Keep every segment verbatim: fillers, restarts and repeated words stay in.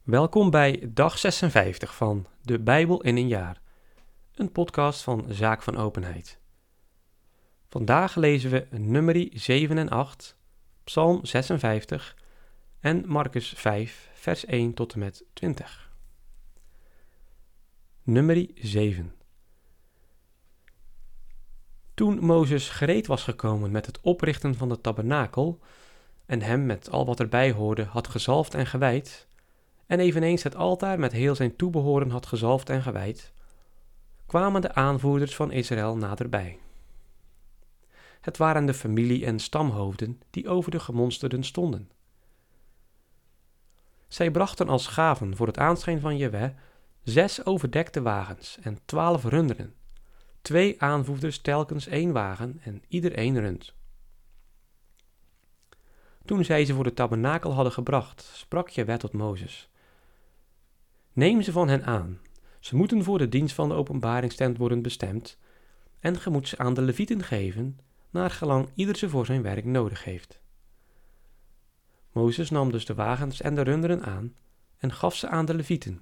Welkom bij dag zesenvijftig van De Bijbel in een jaar, een podcast van Zaak van Openheid. Vandaag lezen we Numeri zeven en acht, Psalm zesenvijftig en Marcus vijf, vers één tot en met twintig. Numeri zeven. Toen Mozes gereed was gekomen met het oprichten van de tabernakel en hem met al wat erbij hoorde had gezalfd en gewijd, en eveneens het altaar met heel zijn toebehoren had gezalfd en gewijd, kwamen de aanvoerders van Israël naderbij. Het waren de familie- en stamhoofden die over de gemonsterden stonden. Zij brachten als gaven voor het aanschijn van Jahwe zes overdekte wagens en twaalf runderen, twee aanvoerders telkens één wagen en ieder één rund. Toen zij ze voor de tabernakel hadden gebracht, sprak Jahwe tot Mozes: Neem ze van hen aan, ze moeten voor de dienst van de openbaringstent worden bestemd, en ge moet ze aan de levieten geven, naar gelang ieder ze voor zijn werk nodig heeft. Mozes nam dus de wagens en de runderen aan en gaf ze aan de levieten.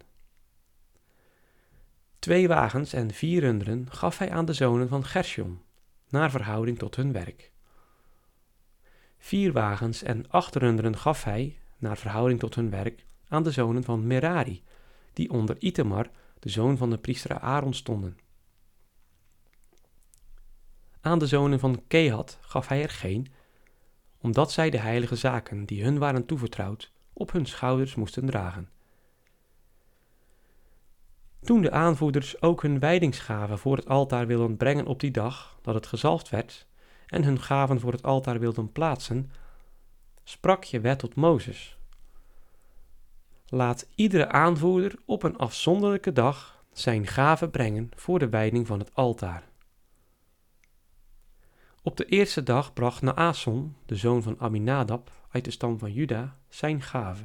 Twee wagens en vier runderen gaf hij aan de zonen van Gershom, naar verhouding tot hun werk. Vier wagens en acht runderen gaf hij, naar verhouding tot hun werk, aan de zonen van Merari, die onder Itamar, de zoon van de priester Aaron, stonden. Aan de zonen van Kehat gaf hij er geen, omdat zij de heilige zaken die hun waren toevertrouwd op hun schouders moesten dragen. Toen de aanvoerders ook hun wijdingsgaven voor het altaar wilden brengen op die dag dat het gezalfd werd, en hun gaven voor het altaar wilden plaatsen, sprak Jahwe tot Mozes: Laat iedere aanvoerder op een afzonderlijke dag zijn gave brengen voor de wijding van het altaar. Op de eerste dag bracht Naason, de zoon van Aminadab, uit de stam van Juda, zijn gave.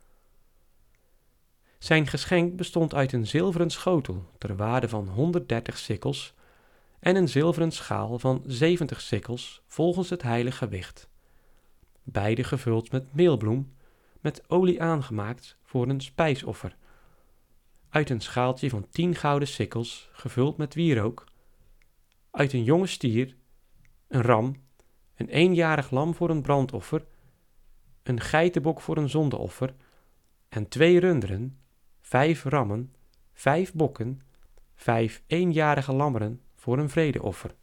Zijn geschenk bestond uit een zilveren schotel ter waarde van honderddertig sikkels en een zilveren schaal van zeventig sikkels volgens het heilige gewicht, beide gevuld met meelbloem, met olie aangemaakt voor een spijsoffer, uit een schaaltje van tien gouden sikkels gevuld met wierook, uit een jonge stier, een ram, een eenjarig lam voor een brandoffer, een geitenbok voor een zondeoffer en twee runderen, vijf rammen, vijf bokken, vijf eenjarige lammeren voor een vredeoffer.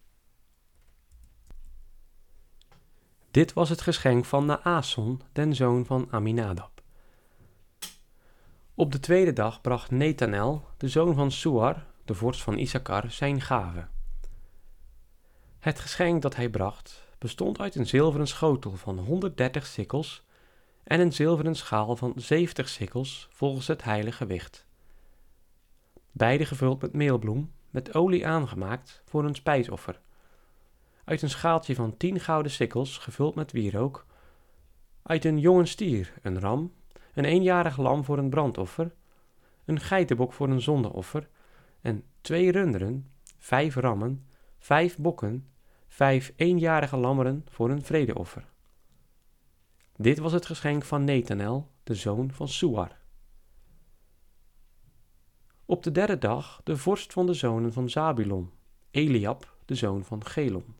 Dit was het geschenk van Naason, den zoon van Aminadab. Op de tweede dag bracht Nethanel, de zoon van Suar, de vorst van Issachar, zijn gave. Het geschenk dat hij bracht bestond uit een zilveren schotel van honderddertig sikkels en een zilveren schaal van zeventig sikkels volgens het heilige gewicht, beide gevuld met meelbloem, met olie aangemaakt voor een spijsoffer, uit een schaaltje van tien gouden sikkels gevuld met wierook, uit een jonge stier, een ram, een eenjarig lam voor een brandoffer, een geitenbok voor een zondeoffer en twee runderen, vijf rammen, vijf bokken, vijf eenjarige lammeren voor een vredeoffer. Dit was het geschenk van Nethanel, de zoon van Suar. Op de derde dag de vorst van de zonen van Zabulon, Eliab, de zoon van Gelon.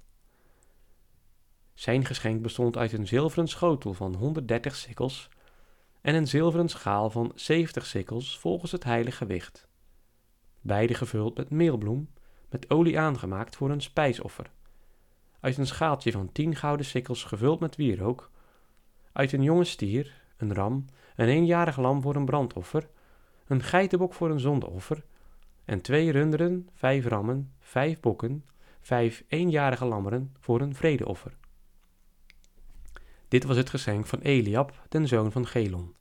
Zijn geschenk bestond uit een zilveren schotel van honderddertig sikkels en een zilveren schaal van zeventig sikkels volgens het heilige gewicht, beide gevuld met meelbloem, met olie aangemaakt voor een spijsoffer, uit een schaaltje van tien gouden sikkels gevuld met wierook, uit een jonge stier, een ram, een eenjarig lam voor een brandoffer, een geitenbok voor een zondeoffer en twee runderen, vijf rammen, vijf bokken, vijf eenjarige lammeren voor een vredeoffer. Dit was het geschenk van Eliab, den zoon van Gelon.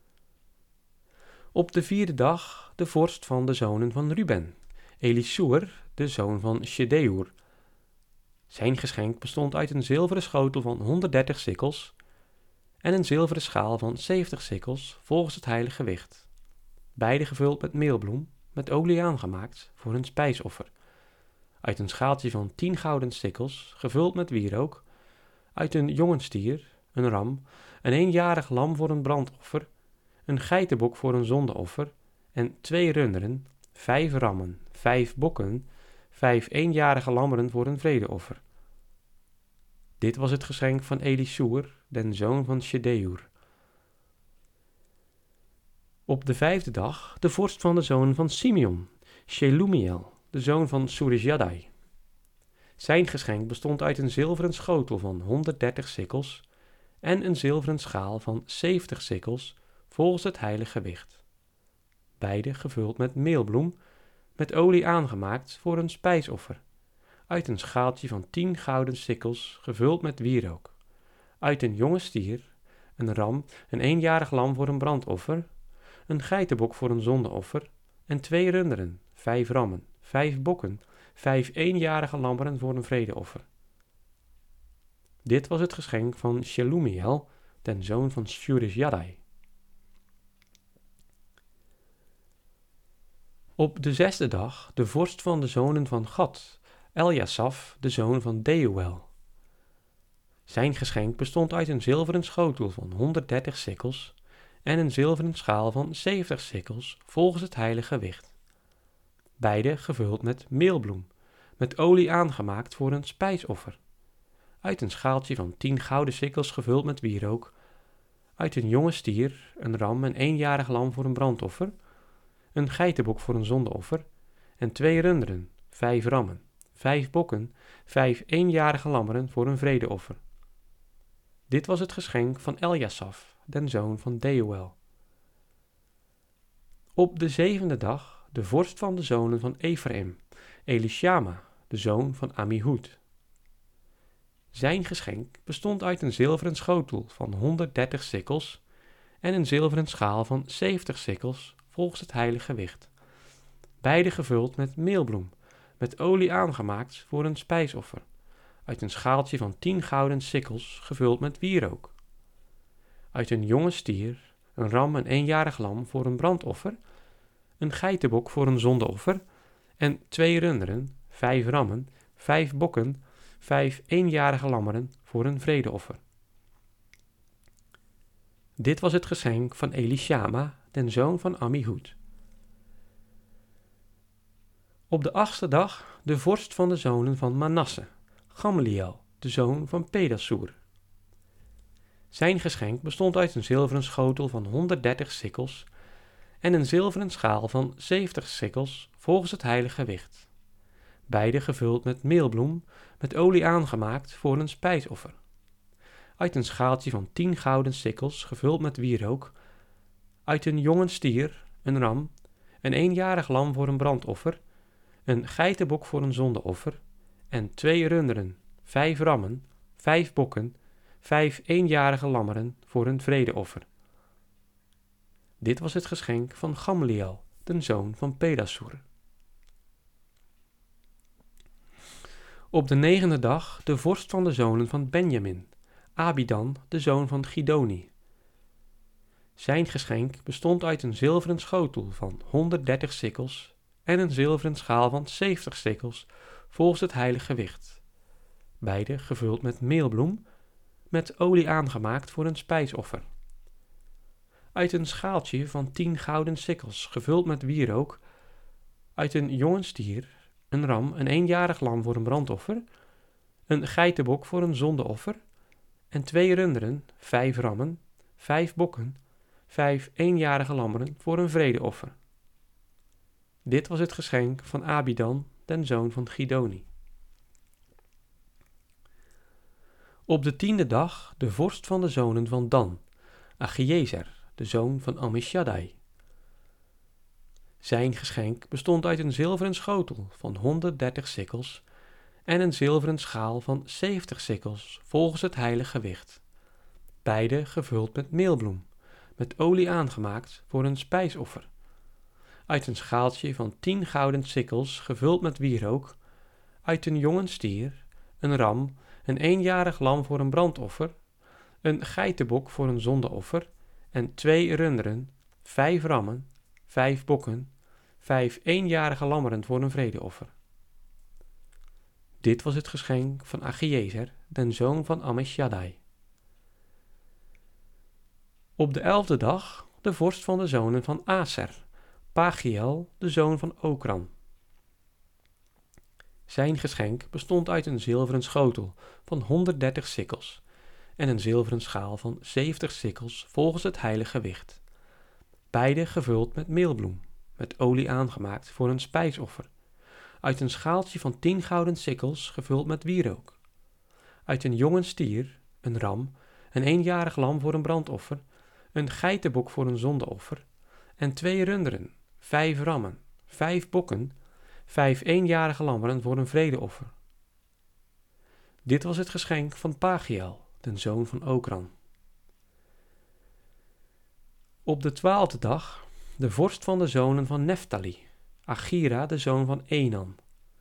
Op de vierde dag de vorst van de zonen van Ruben, Elisur, de zoon van Shedeur. Zijn geschenk bestond uit een zilveren schotel van honderddertig sikkels en een zilveren schaal van zeventig sikkels volgens het heilige gewicht, beide gevuld met meelbloem, met olie aangemaakt voor een spijsoffer, uit een schaaltje van tien gouden sikkels gevuld met wierook, uit een jonge stier, een ram, een eenjarig lam voor een brandoffer, een geitenbok voor een zondeoffer en twee runderen, vijf rammen, vijf bokken, vijf eenjarige lammeren voor een vredeoffer. Dit was het geschenk van Elisur, den zoon van Shedeur. Op de vijfde dag de vorst van de zonen van Simeon, Shelumiel, de zoon van Surishadai. Zijn geschenk bestond uit een zilveren schotel van honderddertig sikkels en een zilveren schaal van zeventig sikkels volgens het heilige gewicht. Beide gevuld met meelbloem, met olie aangemaakt voor een spijsoffer, uit een schaaltje van tien gouden sikkels gevuld met wierook, uit een jonge stier, een ram, een eenjarig lam voor een brandoffer, een geitenbok voor een zondeoffer en twee runderen, vijf rammen, vijf bokken, vijf eenjarige lammeren voor een vredeoffer. Dit was het geschenk van Shelumiel, den zoon van Surishadai. Op de zesde dag de vorst van de zonen van Gad, Eljasaf, de zoon van Deuel. Zijn geschenk bestond uit een zilveren schotel van honderddertig sikkels en een zilveren schaal van zeventig sikkels volgens het heilige gewicht. Beide gevuld met meelbloem, met olie aangemaakt voor een spijsoffer, uit een schaaltje van tien gouden sikkels gevuld met wierook, uit een jonge stier, een ram, een eenjarig lam voor een brandoffer, een geitenbok voor een zondeoffer en twee runderen, vijf rammen, vijf bokken, vijf eenjarige lammeren voor een vredeoffer. Dit was het geschenk van Eljasaf, den zoon van Deuel. Op de zevende dag de vorst van de zonen van Ephraim, Elishama, de zoon van Ammihud. Zijn geschenk bestond uit een zilveren schotel van honderddertig sikkels en een zilveren schaal van zeventig sikkels volgens het heilige gewicht, beide gevuld met meelbloem, met olie aangemaakt voor een spijsoffer, uit een schaaltje van tien gouden sikkels gevuld met wierook, uit een jonge stier, een ram, een eenjarig lam voor een brandoffer, een geitenbok voor een zondeoffer en twee runderen, vijf rammen, vijf bokken, vijf eenjarige lammeren voor een vredeoffer. Dit was het geschenk van Elishama, den zoon van Ammihud. Op de achtste dag de vorst van de zonen van Manasse, Gamliel, de zoon van Pedasur. Zijn geschenk bestond uit een zilveren schotel van honderddertig sikkels en een zilveren schaal van zeventig sikkels volgens het heilige gewicht, beide gevuld met meelbloem, met olie aangemaakt voor een spijsoffer, uit een schaaltje van tien gouden sikkels gevuld met wierook, uit een jonge stier, een ram, een eenjarig lam voor een brandoffer, een geitenbok voor een zondeoffer en twee runderen, vijf rammen, vijf bokken, vijf eenjarige lammeren voor een vredeoffer. Dit was het geschenk van Gamliel, den zoon van Pedasur. Op de negende dag de vorst van de zonen van Benjamin, Abidan, de zoon van Gidoni. Zijn geschenk bestond uit een zilveren schotel van honderddertig sikkels en een zilveren schaal van zeventig sikkels volgens het heilige gewicht, beide gevuld met meelbloem, met olie aangemaakt voor een spijsoffer, uit een schaaltje van tien gouden sikkels gevuld met wierook, uit een jonge stier, een ram, een eenjarig lam voor een brandoffer, een geitenbok voor een zondeoffer en twee runderen, vijf rammen, vijf bokken, vijf eenjarige lammeren voor een vredeoffer. Dit was het geschenk van Abidan, den zoon van Gidoni. Op de tiende dag de vorst van de zonen van Dan, Achiezer, de zoon van Ammishaddai. Zijn geschenk bestond uit een zilveren schotel van honderddertig sikkels en een zilveren schaal van zeventig sikkels volgens het heilige gewicht, beide gevuld met meelbloem, met olie aangemaakt voor een spijsoffer, uit een schaaltje van tien gouden sikkels gevuld met wierook, uit een jonge stier, een ram, een eenjarig lam voor een brandoffer, een geitenbok voor een zondeoffer en twee runderen, vijf rammen, vijf bokken, vijf eenjarige lammeren voor een vredeoffer. Dit was het geschenk van Achiezer, den zoon van Ammishaddai. Op de elfde dag de vorst van de zonen van Aser, Pagiel, de zoon van Okran. Zijn geschenk bestond uit een zilveren schotel van honderddertig sikkels en een zilveren schaal van zeventig sikkels volgens het heilige gewicht, beide gevuld met meelbloem, met olie aangemaakt voor een spijsoffer, uit een schaaltje van tien gouden sikkels gevuld met wierook, uit een jonge stier, een ram, een eenjarig lam voor een brandoffer, een geitenbok voor een zondeoffer en twee runderen, vijf rammen, vijf bokken, vijf eenjarige lammeren voor een vredeoffer. Dit was het geschenk van Pagiel, de zoon van Okran. Op de twaalfde dag de vorst van de zonen van Neftali, Achira, de zoon van Enan.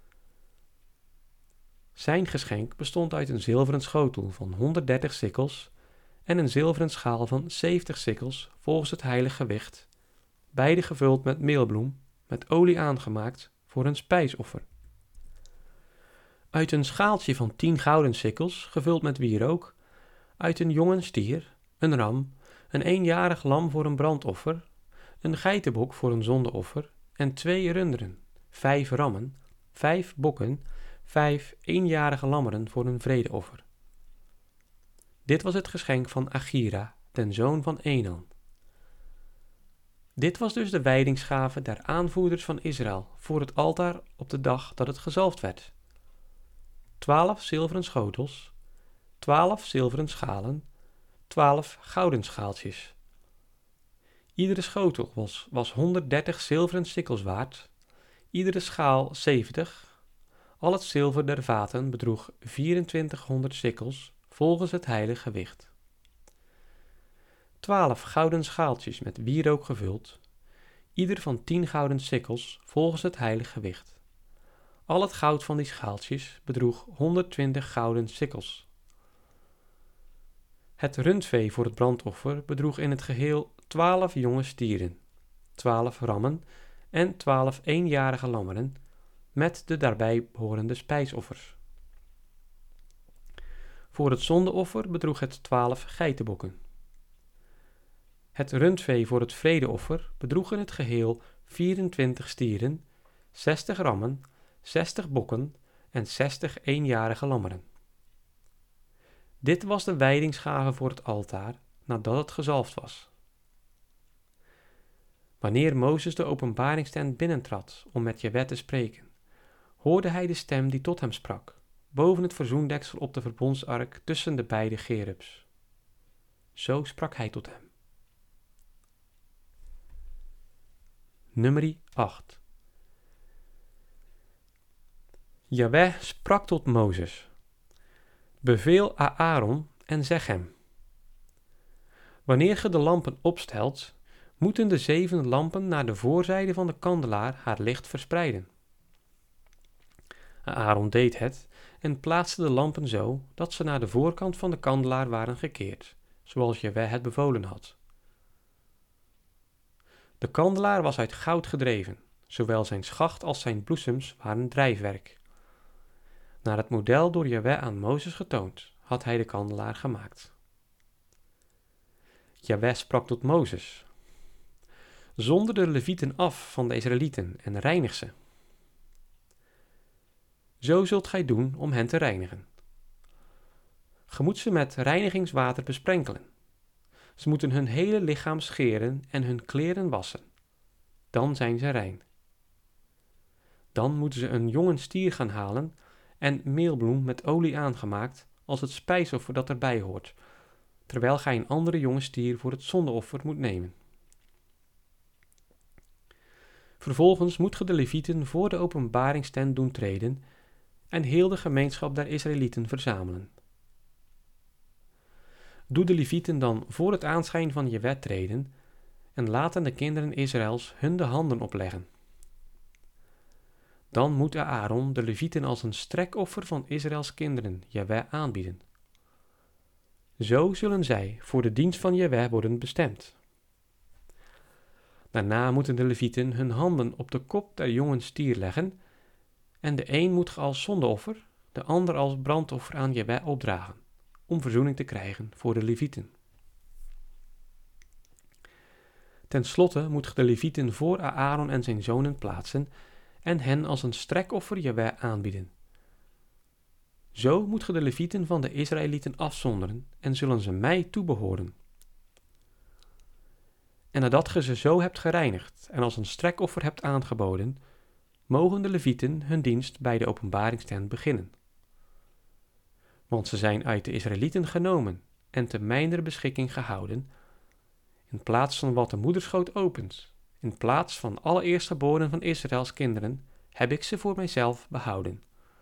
Zijn geschenk bestond uit een zilveren schotel van honderddertig sikkels en een zilveren schaal van zeventig sikkels volgens het heilige gewicht, beide gevuld met meelbloem, met olie aangemaakt voor een spijsoffer. Uit een schaaltje van tien gouden sikkels gevuld met wierook, uit een jonge stier, een ram, een eenjarig lam voor een brandoffer, een geitenbok voor een zondeoffer en twee runderen, vijf rammen, vijf bokken, vijf eenjarige lammeren voor een vredeoffer. Dit was het geschenk van Achira, den zoon van Enan. Dit was dus de wijdingsgave der aanvoerders van Israël voor het altaar op de dag dat het gezalfd werd. Twaalf zilveren schotels, twaalf zilveren schalen, twaalf gouden schaaltjes. Iedere schotel was, was honderddertig zilveren sikkels waard, iedere schaal zeventig. Al het zilver der vaten bedroeg vierentwintighonderd sikkels volgens het heilige gewicht. Twaalf gouden schaaltjes met wierook gevuld, ieder van tien gouden sikkels volgens het heilige gewicht. Al het goud van die schaaltjes bedroeg honderdtwintig gouden sikkels. Het rundvee voor het brandoffer bedroeg in het geheel twaalf jonge stieren, twaalf rammen en twaalf eenjarige lammeren, met de daarbij behorende spijsoffers. Voor het zondeoffer bedroeg het twaalf geitenbokken. Het rundvee voor het vredeoffer bedroeg in het geheel vierentwintig stieren, zestig rammen, zestig bokken en zestig eenjarige lammeren. Dit was de wijdingsgave voor het altaar nadat het gezalfd was. Wanneer Mozes de openbaringstent binnentrad om met Jahwe te spreken, hoorde hij de stem die tot hem sprak, boven het verzoendeksel op de verbondsark tussen de beide gerubs. Zo sprak hij tot hem. Nummerie acht. Jahwe sprak tot Mozes: Beveel Aaron en zeg hem: Wanneer ge de lampen opstelt, moeten de zeven lampen naar de voorzijde van de kandelaar haar licht verspreiden. Aaron deed het en plaatste de lampen zo dat ze naar de voorkant van de kandelaar waren gekeerd, zoals Jahwe het bevolen had. De kandelaar was uit goud gedreven, zowel zijn schacht als zijn bloesems waren drijfwerk. Naar het model door Jahwe aan Mozes getoond, had hij de kandelaar gemaakt. Jahwe sprak tot Mozes: Zonder de levieten af van de Israëlieten en reinig ze. Zo zult gij doen om hen te reinigen. Ge moet ze met reinigingswater besprenkelen. Ze moeten hun hele lichaam scheren en hun kleren wassen. Dan zijn ze rein. Dan moeten ze een jonge stier gaan halen en meelbloem met olie aangemaakt als het spijsoffer dat erbij hoort, terwijl gij een andere jonge stier voor het zondeoffer moet nemen. Vervolgens moet ge de levieten voor de openbaringstent doen treden en heel de gemeenschap der Israëlieten verzamelen. Doe de levieten dan voor het aanschijn van je wet treden en laten de kinderen Israëls hun de handen opleggen. Dan moet Aaron de levieten als een strekoffer van Israëls kinderen Jahwe aanbieden. Zo zullen zij voor de dienst van Jahwe worden bestemd. Daarna moeten de levieten hun handen op de kop der jonge stier leggen en de een moet als zondeoffer, de ander als brandoffer aan Jahwe opdragen, om verzoening te krijgen voor de levieten. Ten slotte moet ge de Levieten voor Aaron en zijn zonen plaatsen en hen als een strekoffer Jahweh aanbieden. Zo moet ge de Levieten van de Israëlieten afzonderen en zullen ze mij toebehoren. En nadat ge ze zo hebt gereinigd en als een strekoffer hebt aangeboden, mogen de Levieten hun dienst bij de openbaringstent beginnen. Want ze zijn uit de Israëlieten genomen en te mijner beschikking gehouden, in plaats van wat de moederschoot opent, in plaats van alle eerstgeborenen van Israëls kinderen, heb ik ze voor mijzelf behouden.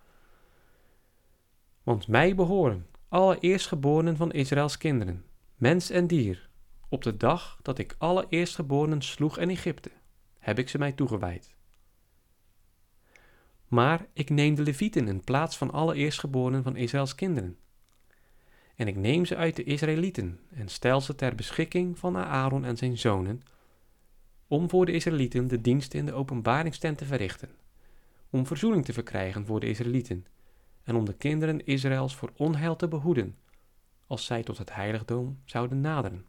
Want mij behoren alle eerstgeborenen van Israëls kinderen, mens en dier. Op de dag dat ik alle eerstgeborenen sloeg in Egypte, heb ik ze mij toegewijd. Maar ik neem de Levieten in plaats van alle eerstgeborenen van Israëls kinderen. En ik neem ze uit de Israëlieten en stel ze ter beschikking van Aaron en zijn zonen, om voor de Israëlieten de dienst in de openbaringstent te verrichten, om verzoening te verkrijgen voor de Israëlieten en om de kinderen Israëls voor onheil te behoeden, als zij tot het heiligdom zouden naderen.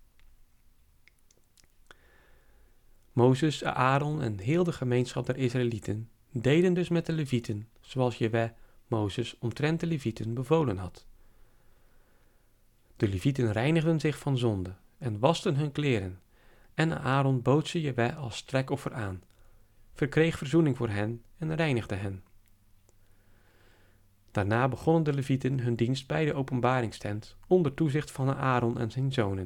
Mozes, Aaron en heel de gemeenschap der Israëlieten deden dus met de Levieten, zoals Jahweh Mozes omtrent de Levieten bevolen had. De Levieten reinigden zich van zonde en wasten hun kleren, en Aaron bood ze Jahweh als strekoffer aan, verkreeg verzoening voor hen en reinigde hen. Daarna begonnen de Levieten hun dienst bij de openbaringstent onder toezicht van Aaron en zijn zonen.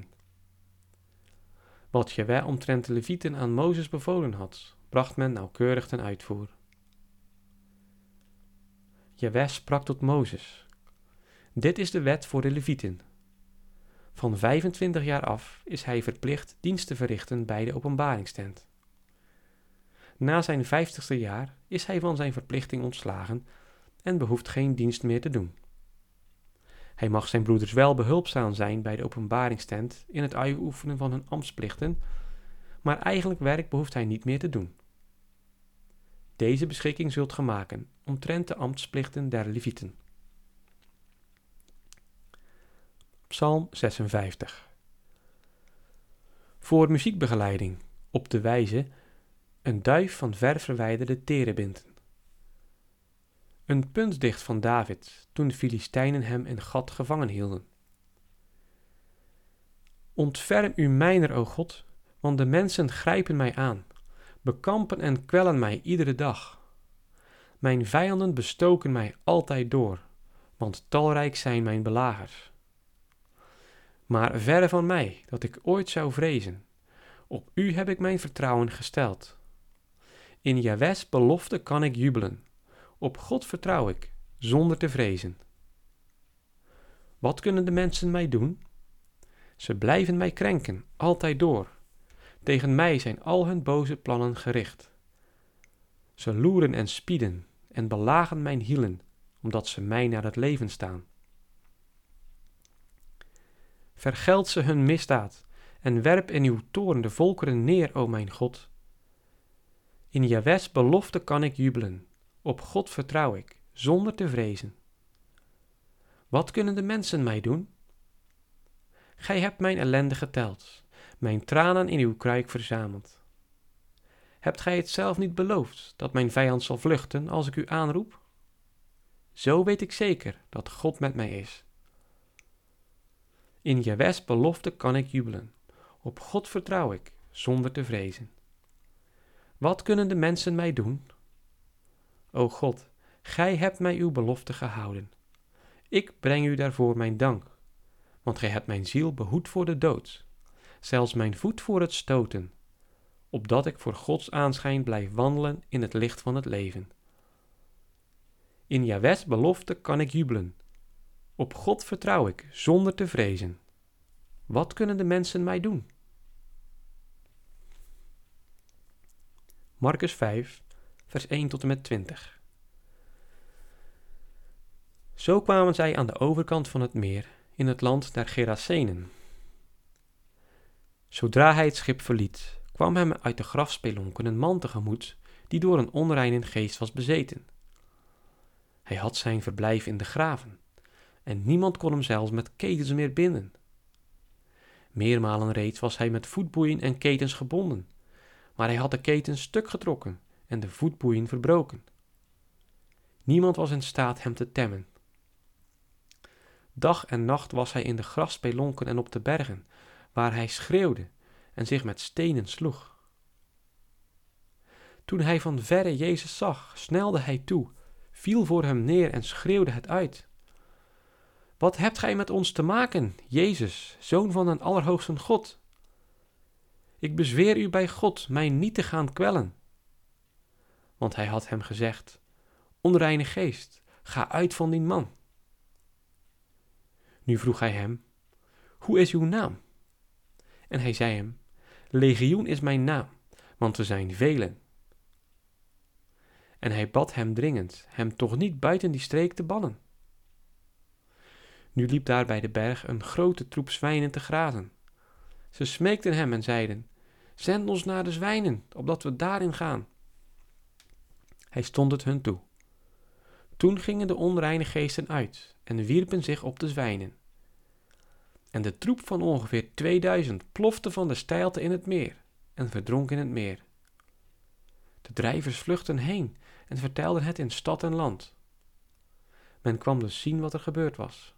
Wat Jahweh omtrent de Levieten aan Mozes bevolen had, bracht men nauwkeurig ten uitvoer. Jahweh sprak tot Mozes: Dit is de wet voor de Levieten. Van vijfentwintig jaar af is hij verplicht dienst te verrichten bij de openbaringstent. Na zijn vijftigste jaar is hij van zijn verplichting ontslagen en behoeft geen dienst meer te doen. Hij mag zijn broeders wel behulpzaam zijn bij de openbaringstent in het uitoefenen van hun ambtsplichten, maar eigenlijk werk behoeft hij niet meer te doen. Deze beschikking zult ge maken omtrent de ambtsplichten der Levieten. Psalm zesenvijftig. Voor muziekbegeleiding op de wijze een duif van ver verwijderde terebinten. Een puntdicht van David toen de Filistijnen hem in Gat gevangen hielden. Ontferm u mijner, o God, want de mensen grijpen mij aan, bekampen en kwellen mij iedere dag. Mijn vijanden bestoken mij altijd door, want talrijk zijn mijn belagers. Maar verre van mij dat ik ooit zou vrezen, op u heb ik mijn vertrouwen gesteld. In Jahwehs belofte kan ik jubelen, op God vertrouw ik, zonder te vrezen. Wat kunnen de mensen mij doen? Ze blijven mij krenken, altijd door. Tegen mij zijn al hun boze plannen gericht. Ze loeren en spieden en belagen mijn hielen, omdat ze mij naar het leven staan. Vergeld ze hun misdaad en werp in uw toorn de volkeren neer, o mijn God. In Jahwehs belofte kan ik jubelen, op God vertrouw ik, zonder te vrezen. Wat kunnen de mensen mij doen? Gij hebt mijn ellende geteld, mijn tranen in uw kruik verzameld. Hebt gij het zelf niet beloofd, dat mijn vijand zal vluchten als ik u aanroep? Zo weet ik zeker dat God met mij is. In Jahwehs belofte kan ik jubelen, op God vertrouw ik, zonder te vrezen. Wat kunnen de mensen mij doen? O God, gij hebt mij uw belofte gehouden. Ik breng u daarvoor mijn dank, want gij hebt mijn ziel behoed voor de dood, zelfs mijn voet voor het stoten, opdat ik voor Gods aanschijn blijf wandelen in het licht van het leven. In Jahwehs belofte kan ik jubelen, op God vertrouw ik, zonder te vrezen. Wat kunnen de mensen mij doen? Markus vijf, vers één tot en met twintig. Zo kwamen zij aan de overkant van het meer, in het land der Gerasenen. Zodra hij het schip verliet, kwam hem uit de grafspelonken een man tegemoet, die door een onreine geest was bezeten. Hij had zijn verblijf in de graven, en niemand kon hem zelfs met ketens meer binden. Meermalen reeds was hij met voetboeien en ketens gebonden, maar hij had de ketens stuk getrokken en de voetboeien verbroken. Niemand was in staat hem te temmen. Dag en nacht was hij in de grasspelonken en op de bergen, waar hij schreeuwde en zich met stenen sloeg. Toen hij van verre Jezus zag, snelde hij toe, viel voor hem neer en schreeuwde het uit. Wat hebt gij met ons te maken, Jezus, Zoon van een Allerhoogsten God? Ik bezweer u bij God mij niet te gaan kwellen. Want hij had hem gezegd, onreine geest, ga uit van die man. Nu vroeg hij hem, hoe is uw naam? En hij zei hem, Legioen is mijn naam, want we zijn velen. En hij bad hem dringend, hem toch niet buiten die streek te bannen. Nu liep daar bij de berg een grote troep zwijnen te grazen. Ze smeekten hem en zeiden, zend ons naar de zwijnen, opdat we daarin gaan. Hij stond het hun toe. Toen gingen de onreine geesten uit en wierpen zich op de zwijnen. En de troep van ongeveer tweeduizend plofte van de steilte in het meer en verdronk in het meer. De drijvers vluchtten heen en vertelden het in stad en land. Men kwam dus zien wat er gebeurd was.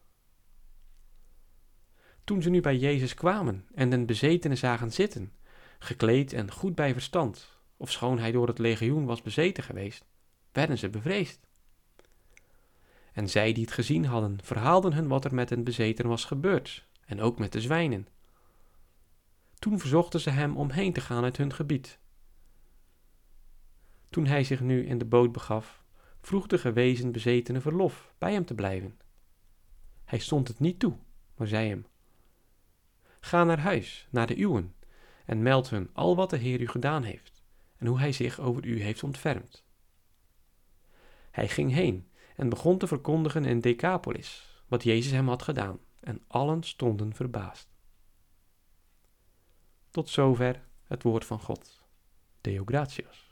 Toen ze nu bij Jezus kwamen en den bezetene zagen zitten, gekleed en goed bij verstand, ofschoon hij door het legioen was bezeten geweest, werden ze bevreesd. En zij die het gezien hadden, verhaalden hun wat er met den bezetene was gebeurd, en ook met de zwijnen. Toen verzochten ze hem om heen te gaan uit hun gebied. Toen hij zich nu in de boot begaf, vroeg de gewezen bezetene verlof bij hem te blijven. Hij stond het niet toe, maar zei hem, ga naar huis, naar de uwen, en meld hun al wat de Heer u gedaan heeft, en hoe hij zich over u heeft ontfermd. Hij ging heen en begon te verkondigen in Decapolis, wat Jezus hem had gedaan, en allen stonden verbaasd. Tot zover het woord van God. Deo gratias.